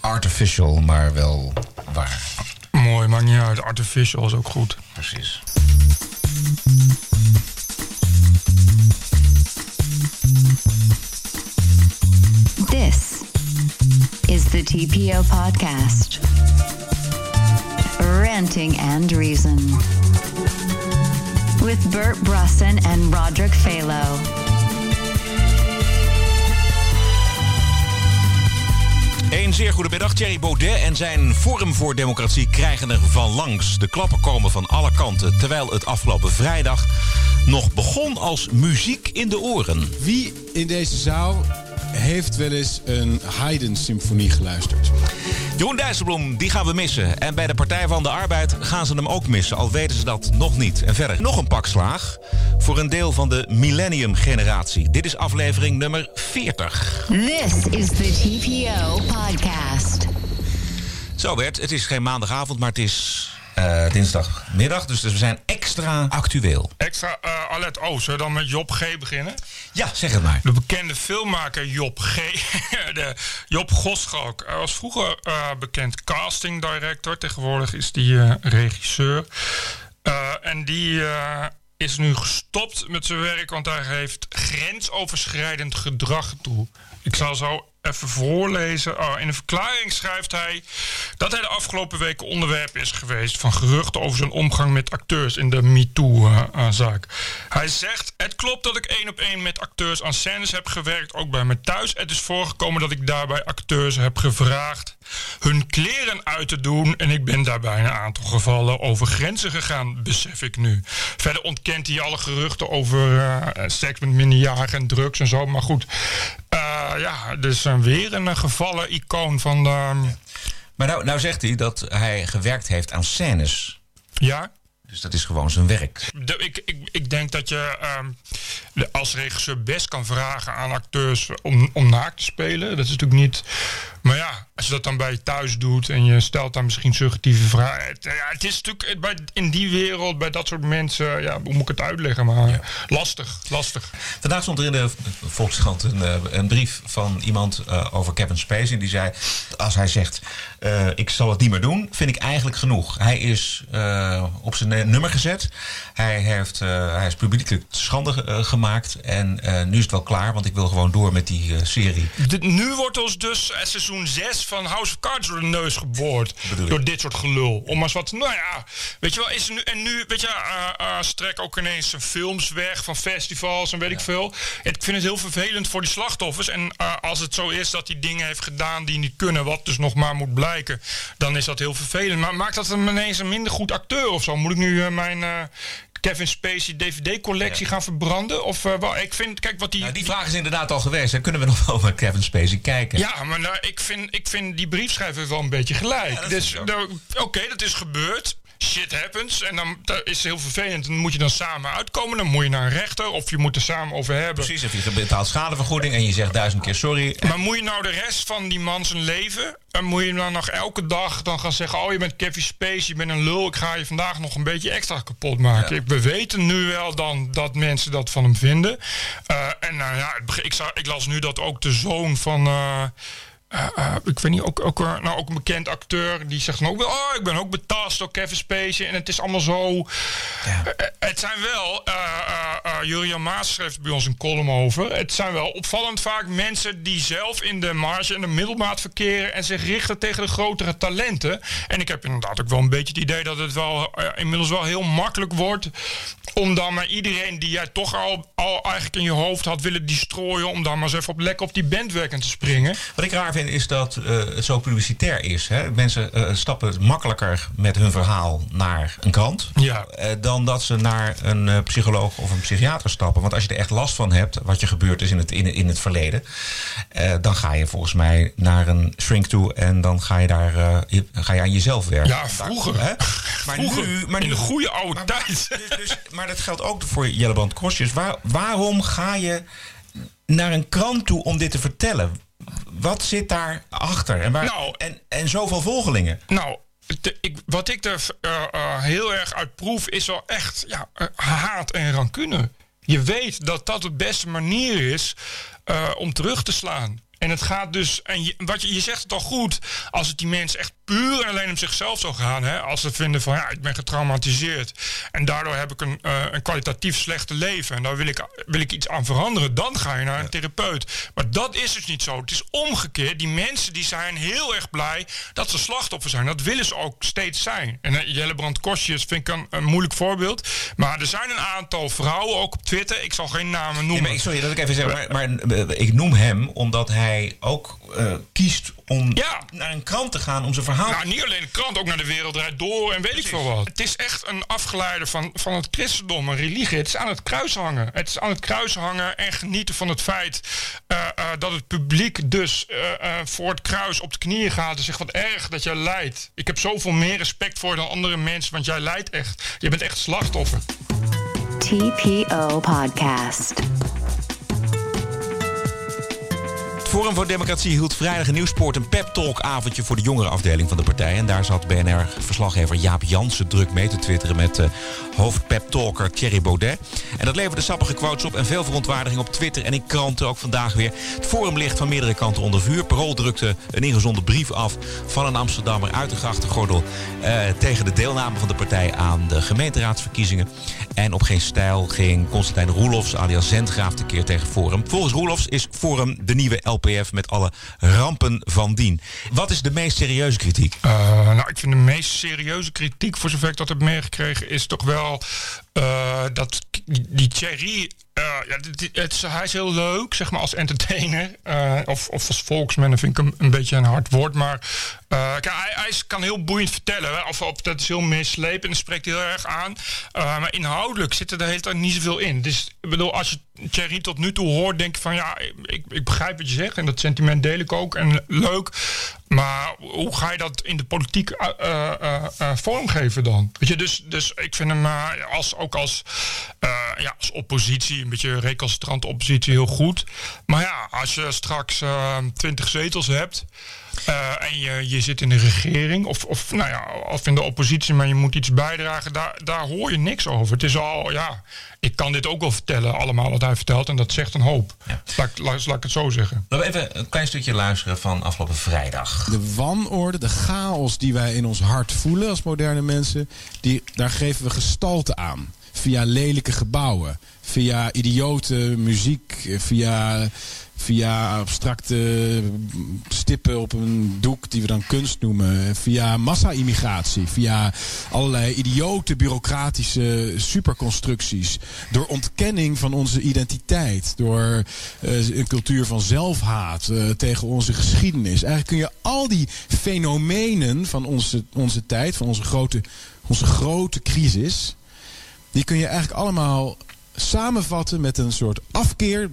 artificial, maar wel waar. Mooi, maakt niet uit. Artificial is ook goed. Precies. This is the TPO podcast. Ranting and Reason. With Bert Brussen and Roderick Phalo. Een zeer goede middag. Thierry Baudet en zijn Forum voor Democratie krijgen er van langs. De klappen komen van alle kanten, terwijl het afgelopen vrijdag nog begon als muziek in de oren. Wie in deze zaal heeft wel eens een Haydn-symfonie geluisterd? Jeroen Dijsselbloem, die gaan we missen. En bij de Partij van de Arbeid gaan ze hem ook missen, al weten ze dat nog niet. En verder nog een pak slaag voor een deel van de millennium-generatie. Dit is aflevering nummer 40. This is the TPO podcast. Zo Bert, het is geen maandagavond, maar het is dinsdagmiddag. Dus we zijn extra actueel. Extra, Alet, zullen we dan met Job G. beginnen? Ja, zeg het maar. De bekende filmmaker Job G. Job Goschalk. Hij was vroeger bekend casting director. Tegenwoordig is die regisseur. En die is nu gestopt met zijn werk, want hij heeft grensoverschrijdend gedrag toe. Ik zal zo even voorlezen. In een verklaring schrijft hij dat hij de afgelopen weken onderwerp is geweest van geruchten over zijn omgang met acteurs in de MeToo-zaak. Hij zegt: het klopt dat ik 1-op-1 met acteurs aan scènes heb gewerkt, ook bij me thuis. Het is voorgekomen dat ik daarbij acteurs heb gevraagd hun kleren uit te doen en ik ben daarbij in een aantal gevallen over grenzen gegaan, besef ik nu. Verder ontkent hij alle geruchten over seks met minderjarigen en drugs en zo, maar goed. Dus weer een gevallen icoon van de... Maar nou zegt hij dat hij gewerkt heeft aan scènes. Ja? Dus dat is gewoon zijn werk. Ik denk dat je als regisseur best kan vragen aan acteurs om naakt te spelen. Dat is natuurlijk niet... Maar ja, als je dat dan bij je thuis doet en je stelt dan misschien suggestieve vragen. Het is natuurlijk in die wereld, bij dat soort mensen, hoe moet ik het uitleggen? Maar lastig. Vandaag stond er in de Volkskrant een brief van iemand over Kevin Spacey. Die zei, als hij zegt, ik zal het niet meer doen, vind ik eigenlijk genoeg. Hij is op zijn nummer gezet. Hij is publiekelijk schande gemaakt. En nu is het wel klaar, want ik wil gewoon door met die serie. Nu wordt ons dus seizoen 6 van House of Cards door de neus geboord. Door dit soort gelul. Om maar eens wat... weet je wel, is er nu... En nu, weet je, ze trekken ook ineens films weg van festivals en weet ik veel. Ik vind het heel vervelend voor die slachtoffers. En als het zo is dat hij dingen heeft gedaan die niet kunnen, wat dus nog maar moet blijken, dan is dat heel vervelend. Maar maakt dat hem ineens een minder goed acteur of zo? Moet ik nu mijn... Kevin Spacey DVD-collectie gaan verbranden? Of ik vind, kijk wat die... Nou, die vraag is inderdaad al geweest. Dan kunnen we nog wel naar Kevin Spacey kijken. Ja, maar ik vind die briefschrijver wel een beetje gelijk. Ja, dus oké, dat is gebeurd. Shit happens. En dan is het heel vervelend. Dan moet je dan samen uitkomen. Dan moet je naar een rechter. Of je moet er samen over hebben. Precies, of je betaalt schadevergoeding en je zegt 1000 keer sorry. Maar moet je nou de rest van die man zijn leven... En moet je dan nog elke dag dan gaan zeggen... je bent Kevin Spacey, je bent een lul... ik ga je vandaag nog een beetje extra kapot maken. Ja. We weten nu wel dan dat mensen dat van hem vinden. Ik las nu dat ook de zoon van... ik weet niet, ook een bekend acteur... die zegt dan ook wel... ik ben ook betast door Kevin Spacey... en het is allemaal zo... Ja. Het zijn wel... Jurian Maas schreef bij ons een column over... het zijn wel opvallend vaak mensen... die zelf in de marge en de middelmaat verkeren... en zich richten tegen de grotere talenten. En ik heb inderdaad ook wel een beetje het idee... dat het wel inmiddels wel heel makkelijk wordt... om dan maar iedereen die jij toch al eigenlijk in je hoofd had willen destroyen... om dan maar eens even lekker op die bandwagon te springen. Wat ik raar vind is dat het zo publicitair is. Hè? Mensen stappen makkelijker met hun verhaal naar een krant... dan dat ze naar een psycholoog of een psychiater stappen. Want als je er echt last van hebt, wat je gebeurd is in het verleden... dan ga je volgens mij naar een shrink toe... en dan ga je aan jezelf werken. Ja, vroeger. Hè? Maar in de goede oude tijd. Maar dat geldt ook voor Jellebrand Kostjes. Waarom ga je naar een krant toe om dit te vertellen? Wat zit daar achter? En zoveel volgelingen? Nou, wat ik er heel erg uit proef is wel echt haat en rancune. Je weet dat dat de beste manier is om terug te slaan. En het gaat dus... En je zegt het al goed. Als het die mensen echt puur en alleen om zichzelf zou gaan. Hè, als ze vinden van ik ben getraumatiseerd. En daardoor heb ik een kwalitatief slechte leven. En daar wil ik iets aan veranderen. Dan ga je naar een therapeut. Maar dat is dus niet zo. Het is omgekeerd. Die mensen die zijn heel erg blij dat ze slachtoffer zijn. Dat willen ze ook steeds zijn. En Jellebrand Kosjes vind ik een moeilijk voorbeeld. Maar er zijn een aantal vrouwen, ook op Twitter. Ik zal geen namen noemen. Nee, sorry dat ik even zeg. Maar ik noem hem omdat hij ook kiest om naar een krant te gaan om zijn verhaal... Nou, niet alleen de krant, ook naar de Wereld Draait Door en weet ik veel wat. Het is echt een afgeleide van het christendom, een religie. Het is aan het kruis hangen. Het is aan het kruis hangen en genieten van het feit dat het publiek dus voor het kruis op de knieën gaat en zegt wat erg dat jij lijdt. Ik heb zoveel meer respect voor dan andere mensen, want jij lijdt echt. Je bent echt slachtoffer. TPO Podcast. Het Forum voor Democratie hield vrijdag in Nieuwspoort een pep-talk-avondje voor de jongerenafdeling van de partij. En daar zat BNR-verslaggever Jaap Jansen druk mee te twitteren met hoofdpep-talker Thierry Baudet. En dat leverde sappige quotes op en veel verontwaardiging op Twitter en in kranten, ook vandaag weer. Het Forum ligt van meerdere kanten onder vuur. Parool drukte een ingezonden brief af van een Amsterdammer uit de grachtengordel tegen de deelname van de partij aan de gemeenteraadsverkiezingen. En op geen stijl ging Constantijn Roelofs alias Zendgraaf tekeer tegen Forum. Volgens Roelofs is Forum de nieuwe LPF met alle rampen van dien. Wat is de meest serieuze kritiek? Ik vind de meest serieuze kritiek, voor zover ik dat heb meegekregen, is toch wel dat die Thierry... hij is heel leuk, zeg maar, als entertainer. Of als volksman, vind ik hem een beetje een hard woord. Maar hij kan heel boeiend vertellen. Hè? Of dat is heel meeslepend en spreekt heel erg aan. Maar inhoudelijk zit er de hele tijd niet zoveel in. Dus ik bedoel, als je Thierry tot nu toe hoort, denk ik van ik begrijp wat je zegt. En dat sentiment deel ik ook. En leuk. Maar hoe ga je dat in de politiek vormgeven dan? Weet je, dus ik vind hem als oppositie, een beetje recalcitrante oppositie, heel goed. Maar ja, als je straks 20 zetels hebt en je zit in de regering of in de oppositie, maar je moet iets bijdragen, daar hoor je niks over. Het is al, ik kan dit ook wel vertellen, allemaal wat hij vertelt, en dat zegt een hoop. Ja. Laat ik het zo zeggen. Laten we even een klein stukje luisteren van afgelopen vrijdag. De wanorde, de chaos die wij in ons hart voelen als moderne mensen, daar geven we gestalte aan. Via lelijke gebouwen, via idiote muziek, via abstracte stippen op een doek die we dan kunst noemen, via massa-immigratie, via allerlei idiote bureaucratische superconstructies, door ontkenning van onze identiteit, door een cultuur van zelfhaat tegen onze geschiedenis. Eigenlijk kun je al die fenomenen van onze tijd, van onze grote crisis, die kun je eigenlijk allemaal samenvatten met een soort afkeer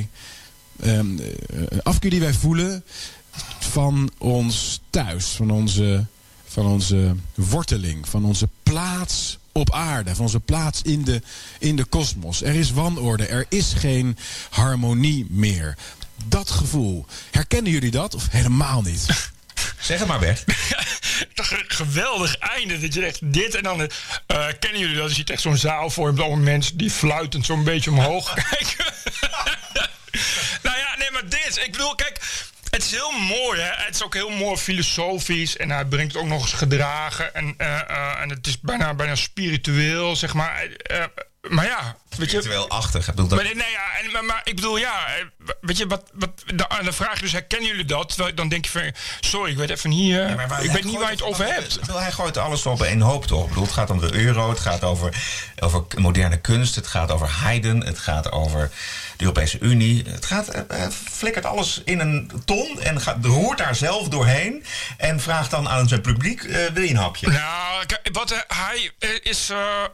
afkeer die wij voelen van ons thuis, van onze worteling, van onze plaats op aarde, van onze plaats in de kosmos. Er is wanorde, er is geen harmonie meer. Dat gevoel, herkennen jullie dat of helemaal niet? Zeg het maar, Bert. Toch een geweldig einde. Dat je echt dit en dan... kennen jullie dat? Je ziet echt zo'n zaal voor je met allemaal mensen die fluitend zo'n beetje omhoog kijken. Maar dit... Ik bedoel, kijk... Het is heel mooi, hè? Het is ook heel mooi filosofisch. En hij brengt het ook nog eens gedragen. En het is bijna spiritueel, zeg maar. Maar ja, weet je... Spiritueel-achtig. Maar ik bedoel, weet je, dan vraag je dus, herkennen jullie dat? Dan denk je van, sorry, ik weet even niet... ik weet niet waar je het over hebt. Hij gooit alles op één hoop, toch? Ik bedoel, het gaat om de euro, het gaat over moderne kunst, het gaat over Haydn, het gaat over de Europese Unie. Het flikkert alles in een ton en roert daar zelf doorheen en vraagt dan aan zijn publiek, wil je een hapje? Nou, hij is...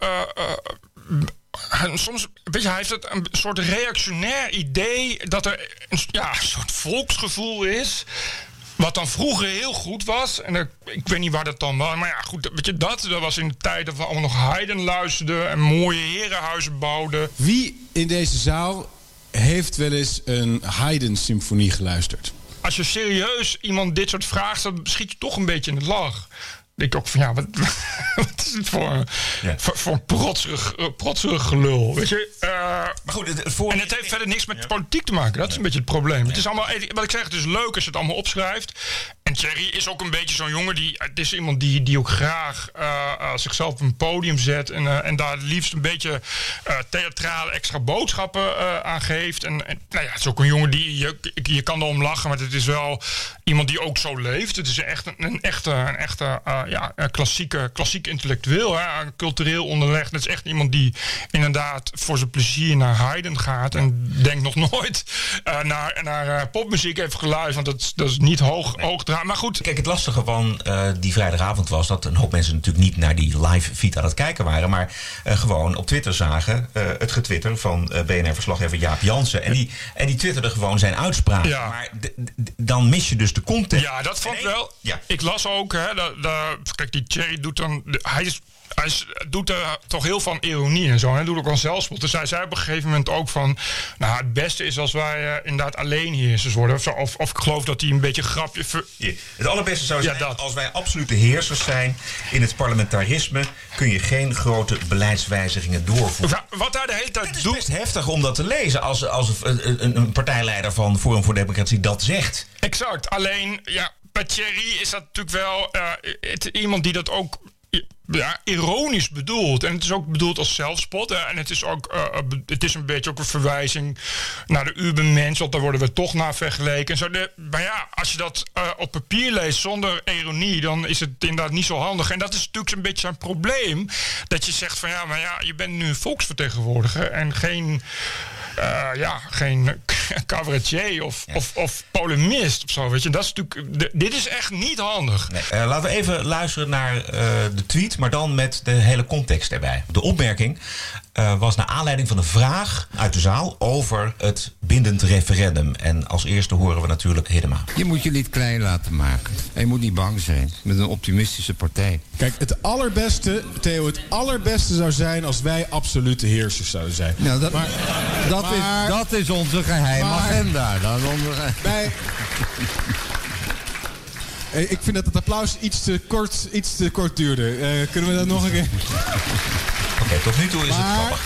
soms, weet je, hij heeft een soort reactionair idee dat er een soort volksgevoel is, wat dan vroeger heel goed was. En ik weet niet waar dat dan was. Maar ja, goed, weet je, dat was in de tijd dat we allemaal nog Haydn luisterden en mooie herenhuizen bouwden. Wie in deze zaal heeft wel eens een Haydn-symfonie geluisterd? Als je serieus iemand dit soort vraagt, dan schiet je toch een beetje in het lach. denk ik ook van wat is het voor een protserig gelul, weet je? Maar goed, en het heeft verder niks met politiek te maken. Dat is een beetje het probleem. Nee. Het is allemaal, wat ik zeg, het is leuk als je het allemaal opschrijft. En Thierry is ook een beetje zo'n jongen het is iemand die ook graag zichzelf op een podium zet en daar het liefst een beetje theatrale extra boodschappen aan geeft. En het is ook een jongen die je kan erom lachen, maar het is wel iemand die ook zo leeft. Het is echt een echte klassieke intellectueel, cultureel onderlegd. Het is echt iemand die inderdaad voor zijn plezier naar Haydn gaat en denkt nog nooit naar popmuziek heeft geluisterd, want dat is niet hoog draaien. Maar goed. Kijk, het lastige van die vrijdagavond was dat een hoop mensen natuurlijk niet naar die live feed aan het kijken waren, maar gewoon op Twitter zagen het getwitter van BNR-verslaggever Jaap Jansen. En die twitterde gewoon zijn uitspraak. Ja. Maar dan mis je dus de context. Ja, dat vond ik wel. Ja. Ik las ook, kijk, die Thierry doet dan. Hij doet er toch heel van ironie en zo. Hij doet ook wel zelfspot. Dus hij zei op een gegeven moment ook van, het beste is als wij inderdaad alleenheersers worden. Of ik geloof dat hij een beetje grapje... Het allerbeste zou zijn als wij absolute heersers zijn in het parlementarisme, kun je geen grote beleidswijzigingen doorvoeren. Wat hij de hele tijd doet... Het is best heftig om dat te lezen als een partijleider van Forum voor Democratie dat zegt. Exact. Alleen, bij Thierry is dat natuurlijk wel iemand die dat ook ironisch bedoeld. En het is ook bedoeld als zelfspot. En het is ook het is een beetje ook een verwijzing naar de Ubermensch, want daar worden we toch naar vergeleken. En zo maar als je dat op papier leest zonder ironie, dan is het inderdaad niet zo handig. En dat is natuurlijk een beetje zijn probleem. Dat je zegt van je bent nu een volksvertegenwoordiger en geen cabaretier of polemist of zo, weet je. Dat is natuurlijk, dit is echt niet handig. Nee, laten we even luisteren naar de tweet, maar dan met de hele context erbij. De opmerking was naar aanleiding van een vraag uit de zaal over het bindend referendum. En als eerste horen we natuurlijk Hiddema. Je moet je niet klein laten maken. En je moet niet bang zijn met een optimistische partij. Kijk, het allerbeste zou zijn als wij absolute heersers zouden zijn. Nou, dat is onze geheime agenda. Dat is onze Ik vind dat het applaus iets te kort duurde. Kunnen we dat nog een keer? Oké, tot nu toe is het grappig.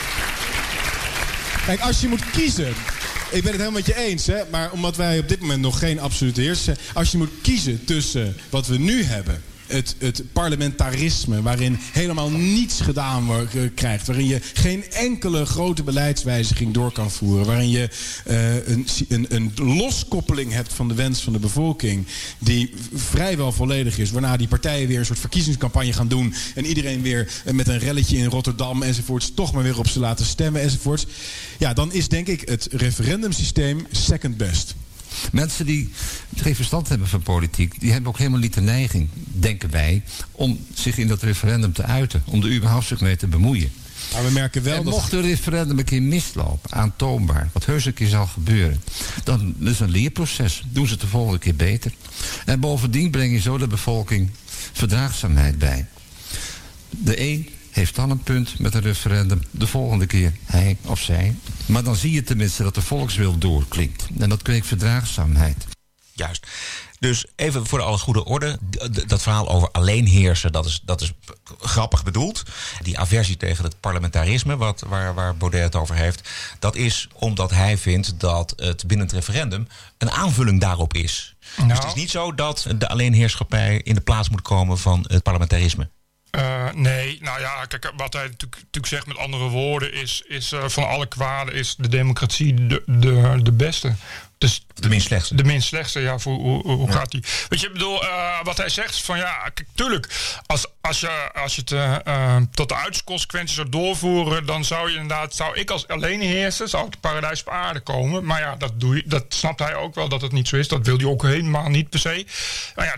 Kijk, als je moet kiezen. Ik ben het helemaal met je eens, maar omdat wij op dit moment nog geen absolute heersers zijn. Als je moet kiezen tussen wat we nu hebben, het parlementarisme, waarin helemaal niets gedaan krijgt, waarin je geen enkele grote beleidswijziging door kan voeren, waarin je een loskoppeling hebt van de wens van de bevolking, die vrijwel volledig is, waarna die partijen weer een soort verkiezingscampagne gaan doen en iedereen weer met een relletje in Rotterdam enzovoorts toch maar weer op ze laten stemmen enzovoorts. Ja, dan is denk ik het referendumsysteem second best. Mensen die geen verstand hebben van politiek, die hebben ook helemaal niet de neiging, denken wij, om zich in dat referendum te uiten. Om er überhaupt zich mee te bemoeien. Maar we merken wel mocht het referendum een keer mislopen, aantoonbaar, wat heus een keer zal gebeuren, dan is een leerproces. Doen ze het de volgende keer beter. En bovendien breng je zo de bevolking verdraagzaamheid bij. De een heeft dan een punt met een referendum, de volgende keer hij of zij. Maar dan zie je tenminste dat de volkswil doorklinkt. En dat kweekt verdraagzaamheid. Juist. Dus even voor alle goede orde. Dat verhaal over alleenheersen, dat is grappig bedoeld. Die aversie tegen het parlementarisme, waar Baudet het over heeft, dat is omdat hij vindt dat het bindend referendum een aanvulling daarop is. Nou. Dus het is niet zo dat de alleenheerschappij in de plaats moet komen van het parlementarisme. Nee, kijk, wat hij natuurlijk zegt met andere woorden is van alle kwaden is de democratie de beste. Dus de minst slechtste. De minst slechtste, hoe gaat die? Weet je, ik bedoel, wat hij zegt is van kijk, tuurlijk, als je het tot de uiterste consequenties zou doorvoeren, dan zou ik als alleenheerser, zou ik het paradijs op aarde komen. Maar dat snapt hij ook wel dat het niet zo is. Dat wil hij ook helemaal niet per se. Maar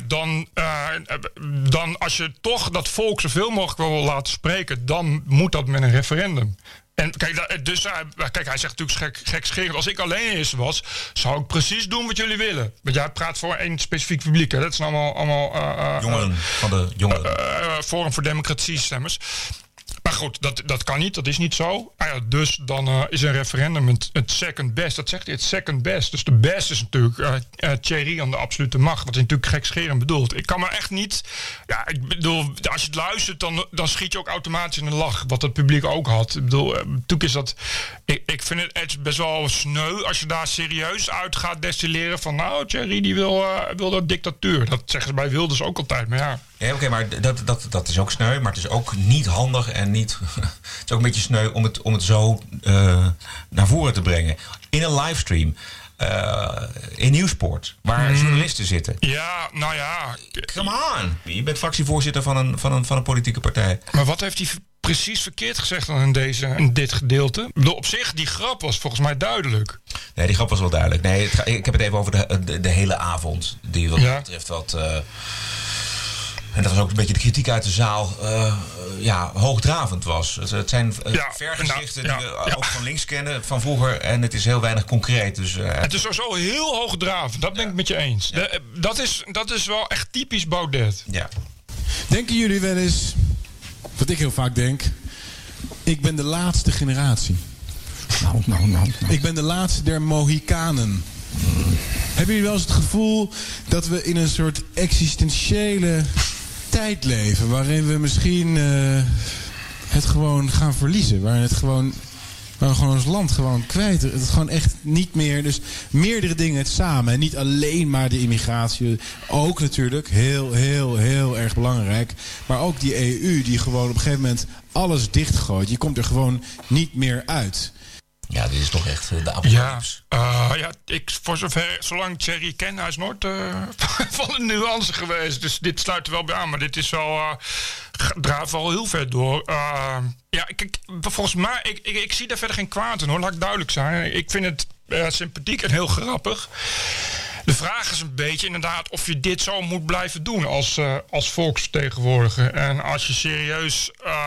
dan als je toch dat volk zoveel mogelijk wil laten spreken, dan moet dat met een referendum. En kijk, hij zegt natuurlijk gekscherend, als ik alleenheerser was, zou ik precies doen wat jullie willen. Want jij praat voor één specifiek publiek, hè? Dat zijn allemaal jongeren van de jongeren. Forum voor Democratie stemmers. Maar Maar goed, dat kan niet, dat is niet zo. Dus dan is een referendum het second best. Dat zegt hij, het second best. Dus de best is natuurlijk Thierry aan de absolute macht. Wat hij natuurlijk gekscherend bedoelt. Ik kan me echt niet... Ja, ik bedoel, als je het luistert, dan schiet je ook automatisch in de lach. Wat het publiek ook had. Ik bedoel, natuurlijk is dat... Ik vind het best wel sneu als je daar serieus uit gaat destilleren van... Nou, Thierry die wil dat dictatuur. Dat zeggen ze bij Wilders ook altijd, maar ja... Ja, oké, maar dat is ook sneu, maar het is ook niet handig en niet... Het is ook een beetje sneu om het zo naar voren te brengen. In een livestream, in Nieuwsport, waar journalisten zitten. Ja, nou ja... Come on! Je bent fractievoorzitter van een politieke partij. Maar wat heeft hij precies verkeerd gezegd dan in dit gedeelte? Op zich, die grap was volgens mij duidelijk. Nee, die grap was wel duidelijk. Nee, ik heb het even over de hele avond. Die wat dat betreft wat... En dat was ook een beetje de kritiek uit de zaal. Hoogdravend was. Het zijn vergezichten die we ook van links kennen van vroeger. En het is heel weinig concreet. Dus, het is sowieso heel hoogdravend. Dat ben ik met je eens. Ja. Dat is wel echt typisch Baudet. Ja. Denken jullie wel eens... Wat ik heel vaak denk... Ik ben de laatste generatie. Nou. Ik ben de laatste der Mohikanen. Hebben jullie wel eens het gevoel dat we in een soort existentiële tijd leven... waarin we misschien het gewoon gaan verliezen? Waar we gewoon ons land gewoon kwijt. Het gewoon echt niet meer... Dus meerdere dingen samen. En niet alleen maar de immigratie. Ook natuurlijk heel, heel, heel erg belangrijk. Maar ook die EU die gewoon op een gegeven moment alles dichtgooit. Je komt er gewoon niet meer uit. Ja, dit is toch echt de apocalypse. Zolang ik Thierry ken, hij is nooit van de nuance geweest. Dus dit sluit er wel bij aan. Maar dit is wel... draait wel heel ver door. Volgens mij... Ik zie daar verder geen kwaad in, hoor. Laat ik duidelijk zijn. Ik vind het sympathiek en heel grappig. De vraag is een beetje inderdaad of je dit zo moet blijven doen als volksvertegenwoordiger. En als je serieus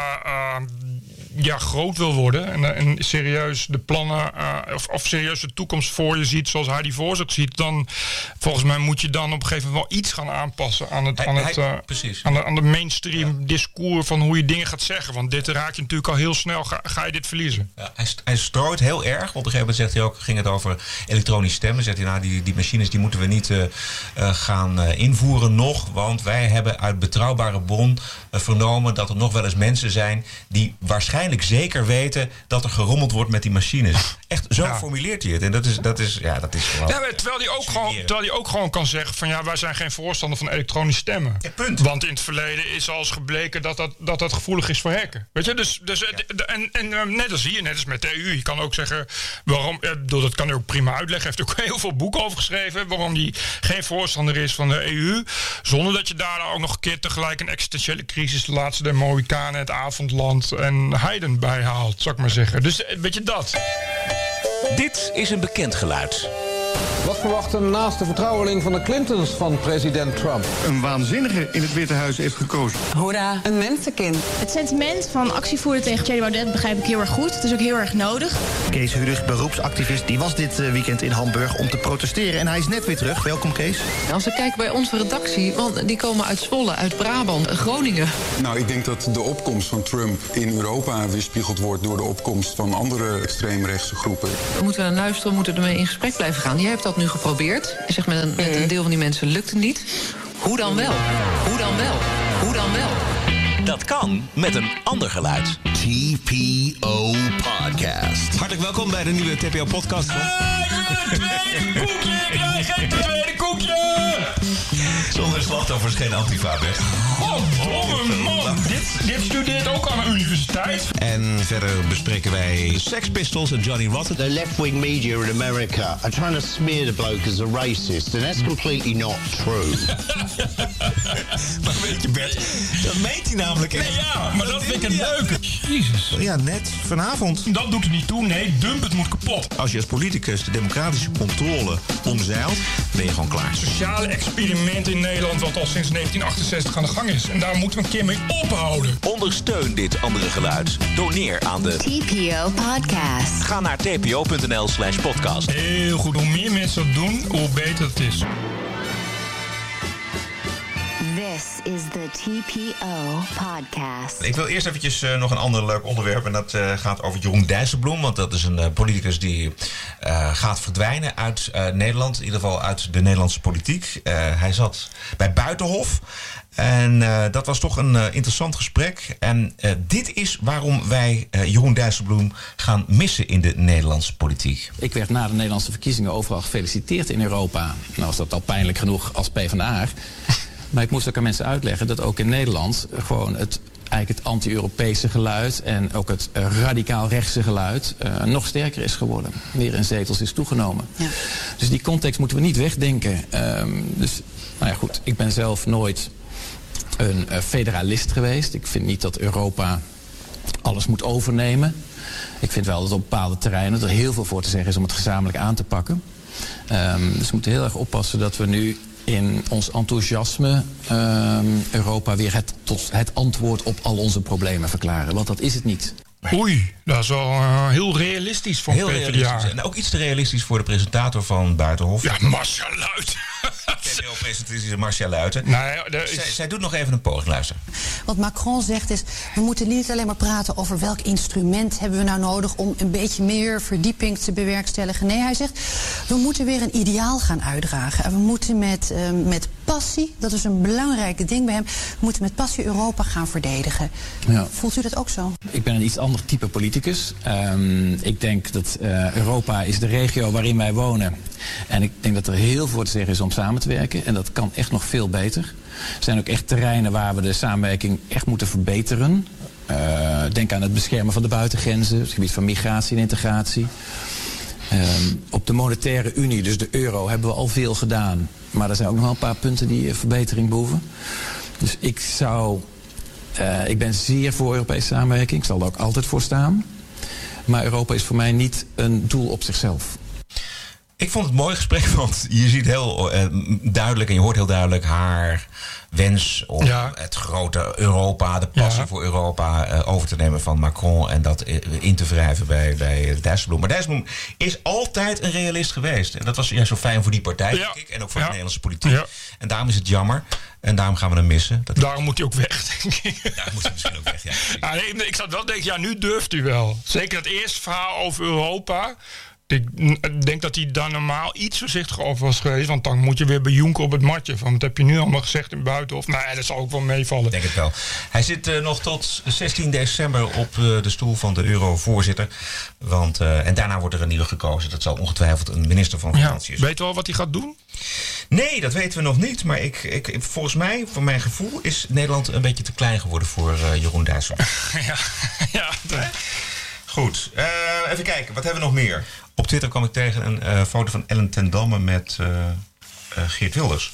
groot wil worden en serieus de plannen of serieus de toekomst voor je ziet zoals hij die voor zich ziet, dan volgens mij moet je dan op een gegeven moment wel iets gaan aanpassen aan de mainstream discours van hoe je dingen gaat zeggen. Want dit raak je natuurlijk al heel snel, ga je dit verliezen. Ja, hij strooit heel erg. Op een gegeven moment zegt hij ook, ging het over elektronische stemmen. Zegt hij, die machines die moeten we niet gaan invoeren nog. Want wij hebben uit betrouwbare bron vernomen dat er nog wel eens mensen zijn die waarschijnlijk zeker weten dat er gerommeld wordt met die machines. Echt, zo formuleert hij het. En dat is gewoon... Ja, terwijl hij ook gewoon kan zeggen van wij zijn geen voorstander van elektronische stemmen. Ja, punt. Want in het verleden is al eens gebleken dat gevoelig is voor hacken. Weet je, net als hier, net als met de EU. Je kan ook zeggen waarom, dat kan hij ook prima uitleggen. Hij heeft ook heel veel boeken over geschreven waarom hij geen voorstander is van de EU. Zonder dat je daar ook nog een keer tegelijk een existentiële crisis, de laatste der Mohikanen, het avondland en Haydn bijhaalt, zou ik maar zeggen. Dus weet je dat. Dit is een bekend geluid. Wat verwacht een naaste vertrouweling van de Clintons van president Trump? Een waanzinnige in het Witte Huis heeft gekozen. Hoera, een mensenkind. Het sentiment van actievoeren tegen Thierry Baudet begrijp ik heel erg goed. Het is ook heel erg nodig. Kees Hudig, beroepsactivist, die was dit weekend in Hamburg om te protesteren. En hij is net weer terug. Welkom, Kees. Als we kijken bij onze redactie, want die komen uit Zwolle, uit Brabant, Groningen. Nou, ik denk dat de opkomst van Trump in Europa weerspiegeld wordt door de opkomst van andere extreemrechtse groepen. We moeten naar luisteren, we moeten ermee in gesprek blijven gaan. Jij hebt dat nu geprobeerd. Je zegt met een deel van die mensen lukt het niet. Hoe dan wel? Hoe dan wel? Hoe dan wel? Dat kan met een ander geluid. TPO Podcast. Hartelijk welkom bij de nieuwe TPO Podcast. Geen tweede koekje! Zonder slachtoffers geen antifa-weg. Goddomme man! Dit studeert ook aan de universiteit. En verder bespreken wij de Sex Pistols en Johnny Rotten. The left-wing media in America are trying to smear the bloke as a racist. And that's completely not true. Maar weet je Bert, dat meent hij namelijk echt. Nee, ja, maar dat vind ik het leuke. Jezus. Ja, net vanavond. Dat doet er niet toe. Nee, dump het moet kapot. Als je als politicus de democratische controle omzeilt, ben je gewoon klaar. Sociale experiment in Nederland wat al sinds 1968 aan de gang is. En daar moeten we een keer mee ophouden. Ondersteun dit andere geluid. Doneer aan de TPO Podcast. Ga naar tpo.nl/podcast. Heel goed. Hoe meer mensen dat doen, hoe beter het is. This is the TPO podcast. Ik wil eerst eventjes nog een ander leuk onderwerp. En dat gaat over Jeroen Dijsselbloem. Want dat is een politicus die gaat verdwijnen uit Nederland. In ieder geval uit de Nederlandse politiek. Hij zat bij Buitenhof. En dat was toch een interessant gesprek. En dit is waarom wij Jeroen Dijsselbloem gaan missen in de Nederlandse politiek. Ik werd na de Nederlandse verkiezingen overal gefeliciteerd in Europa. Nou was dat al pijnlijk genoeg als PvdA. Maar ik moest ook aan mensen uitleggen dat ook in Nederland gewoon eigenlijk het anti-Europese geluid en ook het radicaal rechtse geluid nog sterker is geworden. Weer in zetels is toegenomen. Ja. Dus die context moeten we niet wegdenken. Dus, nou ja goed, ik ben zelf nooit een federalist geweest. Ik vind niet dat Europa alles moet overnemen. Ik vind wel dat op bepaalde terreinen er heel veel voor te zeggen is om het gezamenlijk aan te pakken. Dus we moeten heel erg oppassen dat we nu in ons enthousiasme Europa weer het antwoord op al onze problemen verklaren. Want dat is het niet. Oei, dat is wel heel realistisch voor heel PvdA. Realistisch. En ook iets te realistisch voor de presentator van Buitenhof. Ja, Marcia Luiten. TPO-presentatrice Marcia Luiten. Nee, zij doet nog even een poging, luister. Wat Macron zegt is, we moeten niet alleen maar praten over welk instrument hebben we nou nodig om een beetje meer verdieping te bewerkstelligen. Nee, hij zegt, we moeten weer een ideaal gaan uitdragen. En we moeten met passie, dat is een belangrijk ding bij hem, we moeten met passie Europa gaan verdedigen. Ja. Voelt u dat ook zo? Ik ben een iets ander type politicus. Ik denk dat Europa is de regio waarin wij wonen. En ik denk dat er heel veel te zeggen is om samen te werken. En dat kan echt nog veel beter. Er zijn ook echt terreinen waar we de samenwerking echt moeten verbeteren. Denk aan het beschermen van de buitengrenzen, het gebied van migratie en integratie. Op de monetaire unie, dus de euro, hebben we al veel gedaan. Maar er zijn ook nog wel een paar punten die verbetering behoeven. Dus ik ben zeer voor Europese samenwerking. Ik zal er ook altijd voor staan. Maar Europa is voor mij niet een doel op zichzelf. Ik vond het een mooi gesprek, want je ziet heel duidelijk en je hoort heel duidelijk haar wens om het grote Europa, de passie voor Europa over te nemen van Macron en dat in te wrijven bij Dijsselbloem. Maar Dijsselbloem is altijd een realist geweest. En dat was juist zo fijn voor die partij, denk ik, en ook voor de Nederlandse politiek. Ja. En daarom is het jammer. En daarom gaan we hem missen. Daarom moet hij ook weg, denk ik. Daarom moet hij misschien ook weg, ja. Nee, ik zou wel denken, nu durft hij wel. Zeker het eerste verhaal over Europa. Ik denk dat hij daar normaal iets voorzichtiger over was geweest. Want dan moet je weer bij Juncker op het matje. Van wat heb je nu allemaal gezegd in Buitenhof? Nou, dat zal ook wel meevallen. Ik denk het wel. Hij zit nog tot 16 december op de stoel van de Euro-voorzitter. En daarna wordt er een nieuwe gekozen. Dat zal ongetwijfeld een minister van Financiën zijn. Weet je wel wat hij gaat doen? Nee, dat weten we nog niet. Maar volgens mij, voor mijn gevoel, is Nederland een beetje te klein geworden voor Jeroen Dijsselbloem. Ja. Goed, even kijken. Wat hebben we nog meer? Op Twitter kwam ik tegen een foto van Ellen ten Damme met Geert Wilders.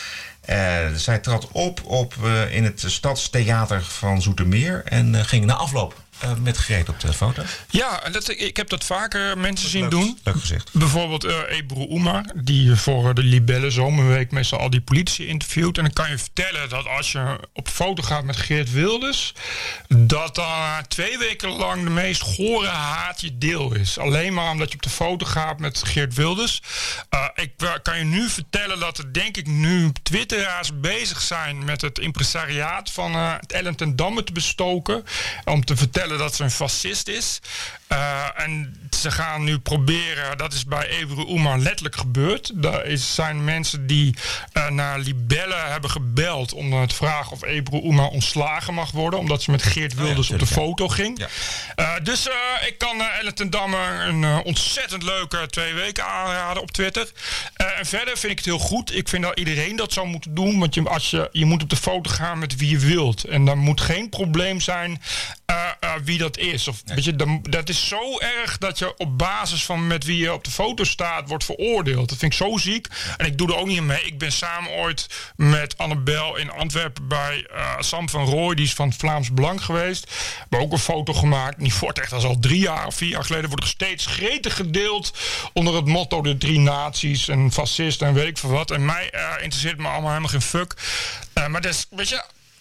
Zij trad op in het Stadstheater van Zoetermeer en ging na afloop met Geert op de foto. Ja, ik heb dat vaker mensen zien doen. Leuk gezicht. Bijvoorbeeld Ebru Umar, die voor de Libelle Zomerweek meestal al die politici interviewt. En dan kan je vertellen dat als je op foto gaat met Geert Wilders, dat dan 2 weken lang de meest gore haat je deel is. Alleen maar omdat je op de foto gaat met Geert Wilders. Ik kan je nu vertellen dat er denk ik nu twitteraars bezig zijn met het impresariaat van Ellen ten Damme te bestoken. Om te vertellen dat ze een fascist is. En ze gaan nu proberen, dat is bij Ebru Umar letterlijk gebeurd. Er zijn mensen die naar Libelle hebben gebeld om te vragen of Ebru Umar ontslagen mag worden, omdat ze met Geert Wilders op de foto ging. Ja. Dus ik kan Ellen ten Damme een ontzettend leuke 2 weken aanraden op Twitter. En verder vind ik het heel goed. Ik vind dat iedereen dat zou moeten doen, want je moet op de foto gaan met wie je wilt. En dan moet geen probleem zijn wie dat is. Of, weet je, dat is zo erg dat je op basis van met wie je op de foto staat wordt veroordeeld. Dat vind ik zo ziek. En ik doe er ook niet mee. Ik ben samen ooit met Annabel in Antwerpen bij Sam van Rooij, die is van het Vlaams Belang geweest. We hebben ook een foto gemaakt. Die wordt echt al 3 jaar of 4 jaar geleden wordt er steeds gretig gedeeld onder het motto de 3 naties en fascisten en weet ik veel wat. En mij interesseert me allemaal helemaal geen fuck. Maar dat is, weet je,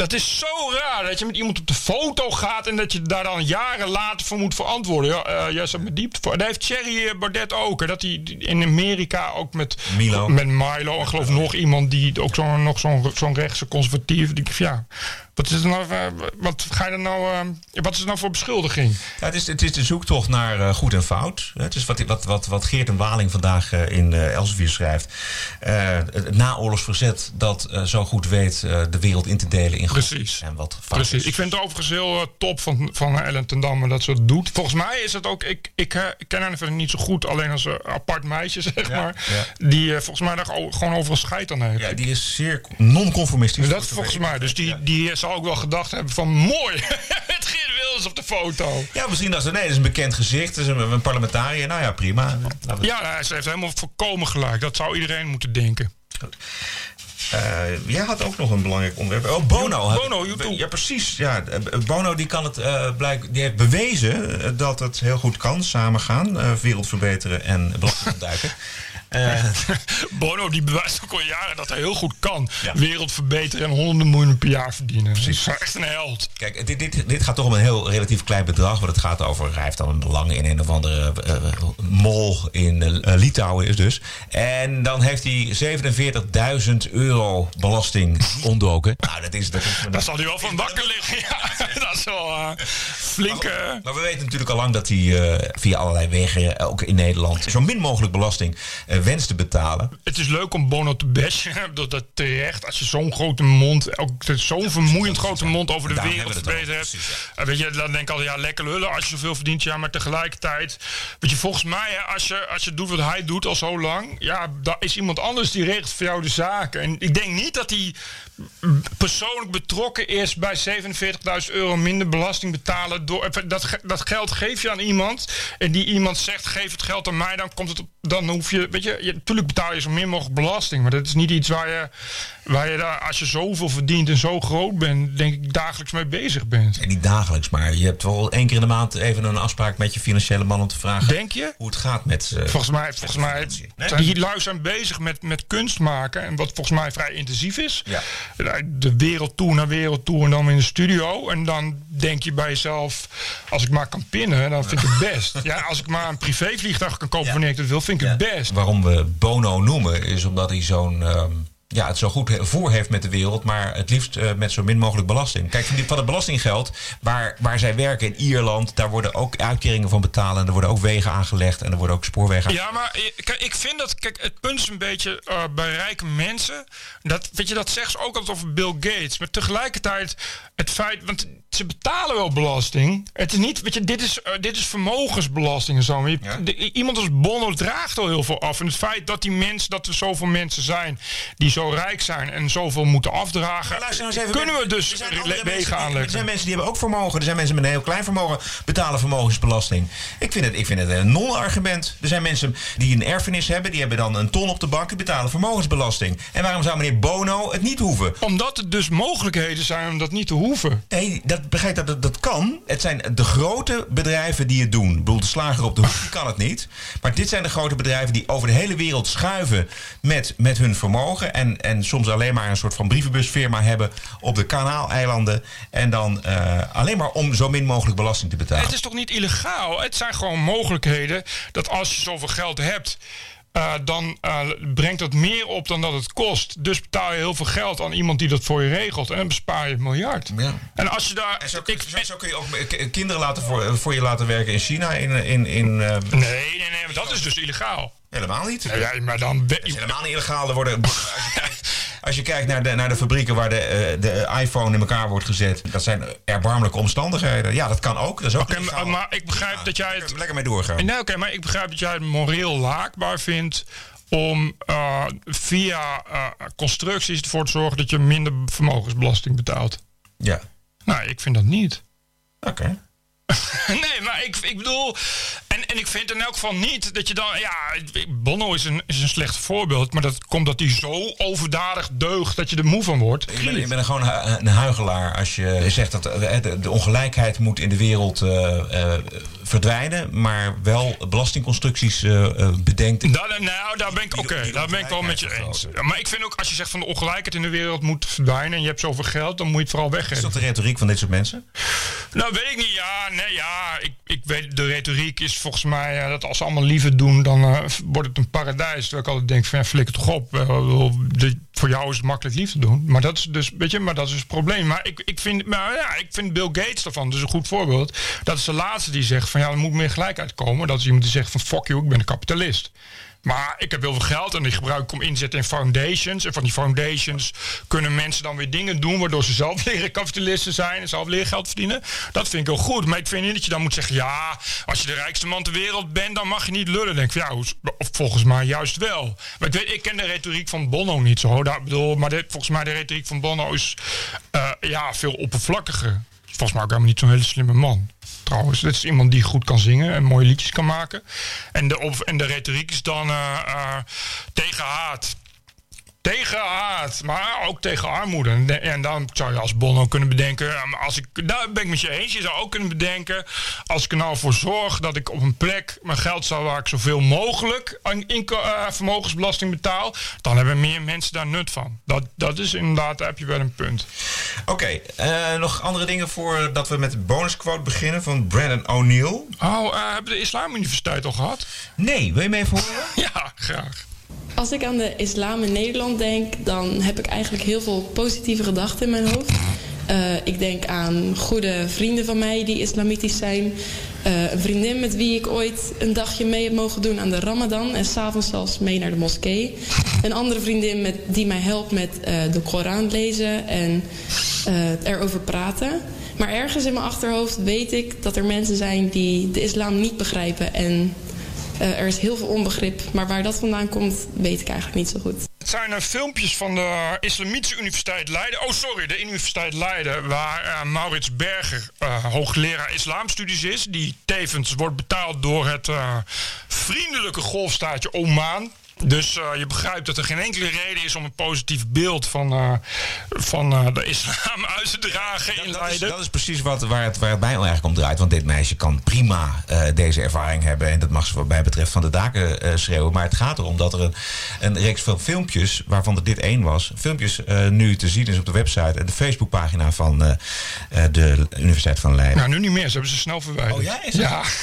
Dat is zo raar dat je met iemand op de foto gaat en dat je daar dan jaren later voor moet verantwoorden. Jij zat met diepte voor. Dat heeft Thierry Baudet ook. Hè, dat hij in Amerika ook met Milo en geloof nog iemand die ook zo'n rechtse conservatief. Die, ja, wat is er nou? Wat ga je er nou? Wat is er nou voor beschuldiging? Ja, het is de zoektocht naar goed en fout. Het is wat Geert en Waling vandaag in Elsevier schrijft. Het naoorlogs verzet dat zo goed weet de wereld in te delen in goed en wat fout. Precies. Ik vind het overigens heel top van Ellen ten Damme dat ze het doet. Volgens mij is het ook. Ik ken haar verder niet zo goed, alleen als een apart meisje zeg maar. Ja. Die volgens mij daar gewoon over een scheid aan heeft. Ja, die is zeer non-conformistisch. Dat volgens mij. Dus die zal ook wel gedacht hebben van mooi. Het Geert Wilders op de foto. Ja, misschien dat is een bekend gezicht. Het is een parlementariër. Nou ja, prima. Ja, ze heeft helemaal volkomen gelijk. Dat zou iedereen moeten denken. Goed. Jij had ook nog een belangrijk onderwerp. Oh, Bono. YouTube. Ja, precies. Ja, Bono die kan het die heeft bewezen dat het heel goed kan samengaan. Wereld verbeteren en belasting ontduiken. Bono die bewijst ook al jaren dat hij heel goed kan. Ja. Wereld verbeteren en honderden miljoenen per jaar verdienen. Precies. Dat is echt een held. Kijk, dit gaat toch om een heel relatief klein bedrag. Want het gaat over, hij heeft dan een belang in een of andere mol in Litouwen is dus. En dan heeft hij €47.000 belasting ontdoken. Nou, dat zal hij wel van wakker liggen. Ja, dat is wel flinke... Maar we weten natuurlijk al lang dat hij via allerlei wegen, ook in Nederland, zo min mogelijk belasting wenst te betalen. Het is leuk om Bono te bashen. Dat terecht, als je zo'n grote mond, ook zo'n vermoeiend grote mond over de wereld verbeterd hebt. Weet je, dan denk ik altijd, ja, lekker lullen als je zoveel verdient. Ja, maar tegelijkertijd, weet je, volgens mij, als je doet wat hij doet al zo lang, ja, daar is iemand anders die regelt voor jou de zaken. En ik denk niet dat hij persoonlijk betrokken is bij €47.000 minder belasting betalen. Dat geld geef je aan iemand en die iemand zegt, geef het geld aan mij, dan hoef je, weet je, natuurlijk betaal je zo min mogelijk belasting, maar dat is niet iets waar je daar, als je zoveel verdient en zo groot bent, denk ik dagelijks mee bezig bent. En niet dagelijks, maar je hebt wel 1 keer in de maand even een afspraak met je financiële man om te vragen. Denk je? Hoe het gaat met... Volgens mij die lui zijn bezig met kunst maken en wat volgens mij vrij intensief is. Ja. De wereldtour naar wereldtour en dan in de studio. En dan denk je bij jezelf, als ik maar kan pinnen, dan vind ik het best. Ja, als ik maar een privévliegtuig kan kopen wanneer ik dat wil, vind ik het best. Waarom we Bono noemen, is omdat hij het zo goed voor heeft met de wereld, maar het liefst met zo min mogelijk belasting. Kijk, van het belastinggeld waar zij werken in Ierland, daar worden ook uitkeringen van betaald en er worden ook wegen aangelegd en er worden ook spoorwegen aangelegd. Ja, maar ik vind dat, kijk, het punt is een beetje bij rijke mensen, dat zegt ze ook altijd over Bill Gates, maar tegelijkertijd het feit, want ze betalen wel belasting. Het is niet, weet je, dit is vermogensbelasting en zo. Iemand als Bono draagt al heel veel af. En het feit dat dat er zoveel mensen zijn die zo rijk zijn en zoveel moeten afdragen, kunnen we dus wegen aanleggen. Er zijn mensen die hebben ook vermogen. Er zijn mensen met een heel klein vermogen betalen vermogensbelasting. Ik vind het een non-argument. Er zijn mensen die een erfenis hebben, die hebben dan een ton op de bank, die betalen vermogensbelasting. En waarom zou meneer Bono het niet hoeven? Omdat er dus mogelijkheden zijn om dat niet te hoeven. Nee, begrijp dat kan. Het zijn de grote bedrijven die het doen. Ik bedoel, de slager op de hoek kan het niet. Maar dit zijn de grote bedrijven die over de hele wereld schuiven met hun vermogen. En soms alleen maar een soort van brievenbusfirma hebben op de Kanaaleilanden. En dan alleen maar om zo min mogelijk belasting te betalen. Het is toch niet illegaal? Het zijn gewoon mogelijkheden dat als je zoveel geld hebt, dan brengt dat meer op dan dat het kost. Dus betaal je heel veel geld aan iemand die dat voor je regelt. En dan bespaar je $1 miljard. Ja. En als je daar... Zo kun je ook kinderen voor je laten werken in China. Nee, maar dat is dus illegaal. Helemaal niet. Ja, maar dan... Het is helemaal niet illegaal. Er worden... Als je kijkt naar de fabrieken waar de iPhone in elkaar wordt gezet, dat zijn erbarmelijke omstandigheden. Ja, dat kan ook. Dat is ook maar ik begrijp dat jij het... Lekker mee doorgaan. Nee, oké, maar ik begrijp dat jij het moreel laakbaar vindt om via constructies ervoor te zorgen dat je minder vermogensbelasting betaalt. Ja. Nou, ik vind dat niet. Oké. Nee, maar ik bedoel, En ik vind in elk geval niet dat je dan... Ja, Bono is een slecht voorbeeld. Maar dat komt dat hij zo overdadig deugt dat je er moe van wordt. Je bent gewoon een huichelaar als je zegt dat de ongelijkheid moet in de wereld verdwijnen. Maar wel belastingconstructies bedenkt. Daar ben ik daar ben ik wel met je eens. Maar ik vind ook, als je zegt van de ongelijkheid in de wereld moet verdwijnen en je hebt zoveel geld, dan moet je het vooral weggeven. Is dat de retoriek van dit soort mensen? Nou, weet ik niet. Ik weet, de retoriek is volgens mij dat als ze allemaal liever doen, dan wordt het een paradijs. Terwijl ik altijd denk van, flikker toch op. Voor jou is het makkelijk lief te doen. Maar dat is dus, dat is het probleem. Maar ik vind Bill Gates daarvan, dus een goed voorbeeld. Dat is de laatste die zegt van, er moet meer gelijkheid komen. Dat is iemand die zegt van, fuck you, ik ben een kapitalist. Maar ik heb heel veel geld en die gebruik ik om inzetten in foundations. En van die foundations kunnen mensen dan weer dingen doen waardoor ze zelf leren kapitalisten zijn en zelf leren geld verdienen. Dat vind ik heel goed. Maar ik vind niet dat je dan moet zeggen, als je de rijkste man ter wereld bent, dan mag je niet lullen. Dan denk ik van, of volgens mij juist wel. Maar ik ken de retoriek van Bono niet zo. Maar volgens mij de retoriek van Bono is veel oppervlakkiger. Volgens mij ook helemaal niet zo'n hele slimme man. Trouwens, dit is iemand die goed kan zingen en mooie liedjes kan maken. En de retoriek is dan tegen haat. Tegen haat, maar ook tegen armoede. En dan zou je als Bono kunnen bedenken, daar ben ik met je eens. Je zou ook kunnen bedenken, als ik er nou voor zorg dat ik op een plek mijn geld zou waar ik zoveel mogelijk aan vermogensbelasting betaal, dan hebben meer mensen daar nut van. Dat is inderdaad, daar heb je wel een punt. Oké, nog andere dingen voordat we met de bonusquote beginnen van Brandon O'Neill. Hebben we de Islamuniversiteit al gehad? Nee, wil je me even horen? Ja, graag. Als ik aan de islam in Nederland denk, dan heb ik eigenlijk heel veel positieve gedachten in mijn hoofd. Ik denk aan goede vrienden van mij die islamitisch zijn. Een vriendin met wie ik ooit een dagje mee heb mogen doen aan de Ramadan. En 's avonds zelfs mee naar de moskee. Een andere vriendin die mij helpt met de Koran lezen en erover praten. Maar ergens in mijn achterhoofd weet ik dat er mensen zijn die de islam niet begrijpen. En er is heel veel onbegrip. Maar waar dat vandaan komt, weet ik eigenlijk niet zo goed. Het zijn filmpjes van de Islamitische Universiteit Leiden. De Universiteit Leiden, waar Maurits Berger, hoogleraar islamstudies is. Die tevens wordt betaald door het vriendelijke golfstaatje Oman. Dus je begrijpt dat er geen enkele reden is om een positief beeld van de islam uit te dragen in Leiden. Dat is precies waar het mij eigenlijk om draait. Want dit meisje kan prima deze ervaring hebben. En dat mag ze wat mij betreft van de daken schreeuwen. Maar het gaat erom dat er een reeks van filmpjes, waarvan er dit één was. Filmpjes nu te zien is op de website en de Facebookpagina van de Universiteit van Leiden. Nou, nu niet meer. Ze hebben ze snel verwijderd. Oh ja? Is het? Ja.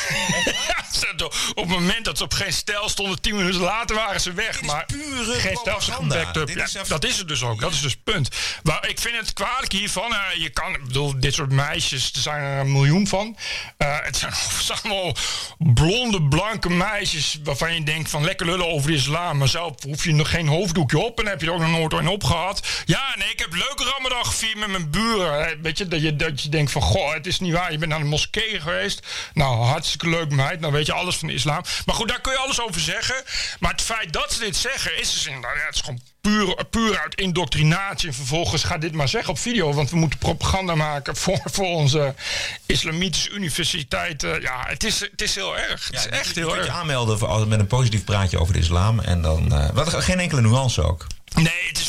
Op het moment dat ze op geen stijl stonden, 10 minuten later waren ze weg. Maar geen stijl dat is het dus ook. Dat is dus het punt. Maar ik vind het kwalijk hiervan. Dit soort meisjes, er zijn er 1 miljoen van. Het zijn allemaal blonde, blanke meisjes waarvan je denkt van lekker lullen over de islam. Maar zelf hoef je nog geen hoofddoekje op en heb je er ook nog nooit een op gehad. Ja, nee, ik heb leuke Ramadan gevierd met mijn buren. Weet je, dat je denkt van, goh, het is niet waar. Je bent naar de moskee geweest. Nou, hartstikke leuk meid. Nou weet je alles van de islam. Maar goed, daar kun je alles over zeggen. Maar het feit dat ze dit zeggen, is dus inderdaad, het is gewoon puur uit indoctrinatie. En vervolgens gaat dit maar zeggen op video, want we moeten propaganda maken voor onze islamitische universiteit. Het is heel erg. Het is echt heel erg. Je aanmelden met een positief praatje over de islam en dan geen enkele nuance ook. Nee, het is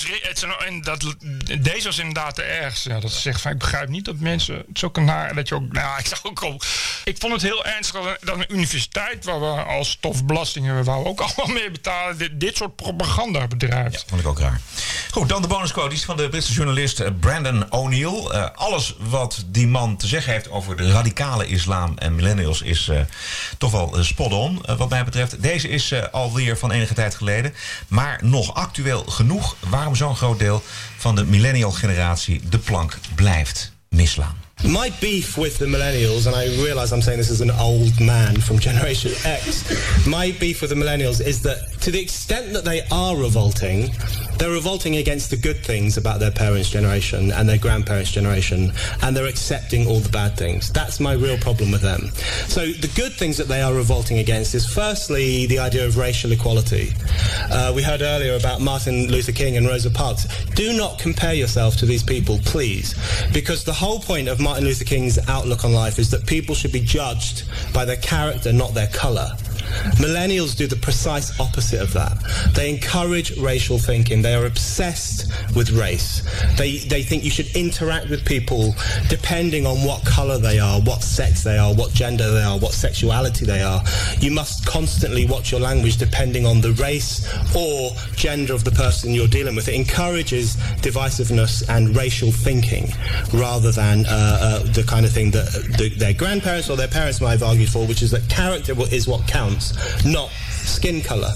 deze was inderdaad de ergste. Ja, dat ze zegt van, ik begrijp niet dat mensen het zo kunnen dat je ook. Ik vond het heel ernstig dat een universiteit waar we als stofbelasting hebben, waar we ook allemaal mee betalen, dit soort propaganda bedrijft. Ja, vond ik ook raar. Goed, dan de bonusquote. Die is van de Britse journalist Brandon O'Neill. Alles wat die man te zeggen heeft over de radicale islam en millennials is toch wel spot on, wat mij betreft. Deze is alweer van enige tijd geleden, maar nog actueel genoeg waarom zo'n groot deel van de millennial generatie de plank blijft mislaan. My beef with the millennials, and I realize I'm saying this as an old man from Generation X, my beef with the millennials is that to the extent that they are revolting, they're revolting against the good things about their parents' generation and their grandparents' generation, and they're accepting all the bad things. That's my real problem with them. So the good things that they are revolting against is firstly the idea of racial equality. We heard earlier about Martin Luther King and Rosa Parks. Do not compare yourself to these people, please, because the whole point of Martin Luther King's outlook on life is that people should be judged by their character, not their color. Millennials do the precise opposite of that. They encourage racial thinking. They are obsessed with race. They think you should interact with people depending on what color they are, what sex they are, what gender they are, what sexuality they are. You must constantly watch your language depending on the race or gender of the person you're dealing with. It encourages divisiveness and racial thinking rather than the kind of thing that their grandparents or their parents might have argued for, which is that character is what counts, not skin color.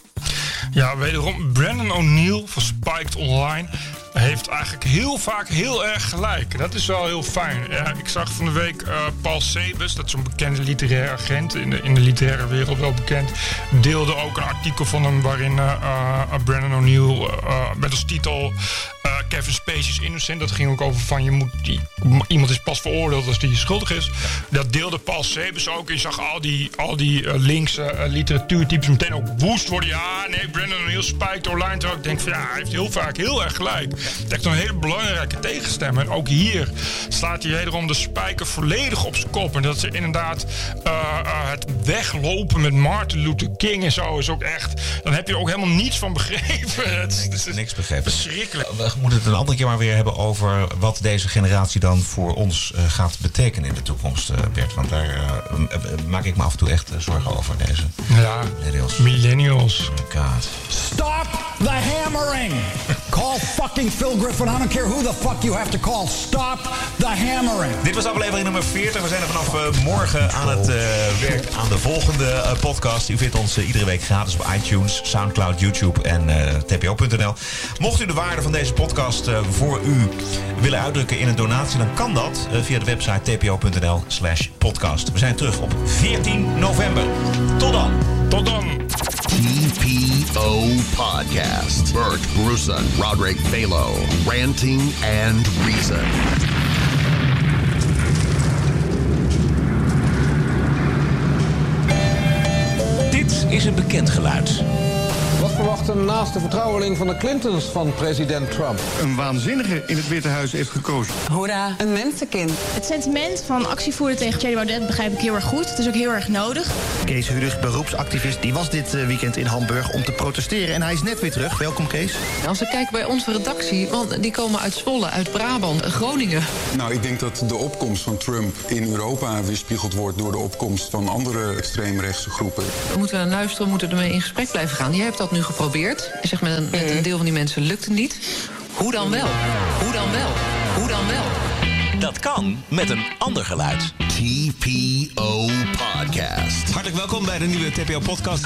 Ja, wederom, Brandon O'Neill van Spiked Online heeft eigenlijk heel vaak heel erg gelijk. Dat is wel heel fijn. Ja, ik zag van de week Paul Sebus, dat is een bekende literair agent, in de literaire wereld wel bekend, deelde ook een artikel van hem waarin Brandon O'Neill met als titel Kevin Spacey is innocent. Dat ging ook over van iemand is pas veroordeeld als die schuldig is. Dat deelde Paul Sebus ook. Je zag al die linkse literatuurtypes meteen ook woest worden. Ja, nee, Brandon O'Neill spijkt online. Terwijl ik denk van ja, hij heeft heel vaak heel erg gelijk. Het is echt een hele belangrijke tegenstem. En ook hier slaat hij wederom de spijker volledig op zijn kop. En dat ze inderdaad het weglopen met Martin Luther King en zo is ook echt. Dan heb je er ook helemaal niets van begrepen. Het is niks begrepen. Verschrikkelijk. We moeten het een andere keer maar weer hebben over wat deze generatie dan voor ons gaat betekenen in de toekomst, Bert. Want daar maak ik me af en toe echt zorgen over, deze millennials. Oh God. Stop the hammering! Call fucking Phil Griffin. I don't care who the fuck you have to call. Stop the hammering. Dit was aflevering nummer 40. We zijn er vanaf morgen aan het werk aan de volgende podcast. U vindt ons iedere week gratis op iTunes, Soundcloud, YouTube en tpo.nl. Mocht u de waarde van deze podcast voor u willen uitdrukken in een donatie, dan kan dat via de website tpo.nl/podcast. We zijn terug op 14 november. Tot dan. Tot dan. TPO Podcast. Bert Brussen, Roderick Balo, Ranting and Reason. Dit is een bekend geluid. Wat verwachten naast de vertrouweling van de Clintons van president Trump? Een waanzinnige in het Witte Huis heeft gekozen. Hoera, een mensenkind. Het sentiment van actie voeren tegen Thierry Baudet begrijp ik heel erg goed. Het is ook heel erg nodig. Kees Hudig, beroepsactivist, die was dit weekend in Hamburg om te protesteren. En hij is net weer terug. Welkom, Kees. Als we kijken bij onze redactie, want die komen uit Zwolle, uit Brabant, Groningen. Nou, ik denk dat de opkomst van Trump in Europa weerspiegeld wordt door de opkomst van andere extreemrechtse groepen. We moeten naar luisteren, we moeten ermee in gesprek blijven gaan. Jij hebt dat nu geprobeerd. Je zegt met een deel van die mensen lukt het niet. Hoe dan wel? Hoe dan wel? Hoe dan wel? Dat kan met een ander geluid. TPO Podcast. Hartelijk welkom bij de nieuwe TPO Podcast.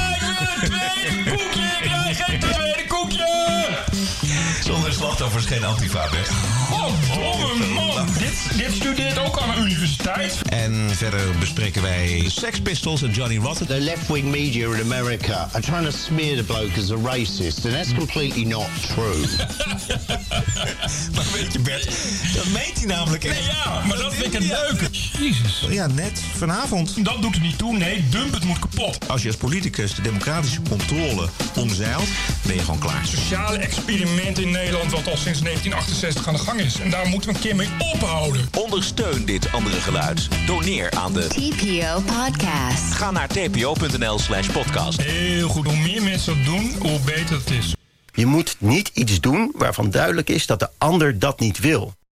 Geen tweede koekje! Zonder slachtoffers geen antifa, Bert. Man, dit studeert ook aan de universiteit. En verder bespreken wij Sex Pistols en Johnny Rotten. The left-wing media in America are trying to smear the bloke as a racist, and that's completely not true. Maar weet je, Bert, dat meent hij namelijk echt. Nee, ja, maar dat vind ik het leuke. Jezus. Ja, net vanavond. Dat doet er niet toe, nee, dump het moet kapot. Als je als politicus de democratische controle omzeilt, ben je gewoon klaar. Sociale experiment in Nederland wat al sinds 1968 aan de gang is. En daar moeten we een keer mee ophouden. Ondersteun dit andere geluid. Doneer aan de TPO Podcast. Ga naar tpo.nl/podcast. Heel goed, hoe meer mensen dat doen, hoe beter het is. Je moet niet iets doen waarvan duidelijk is dat de ander dat niet wil.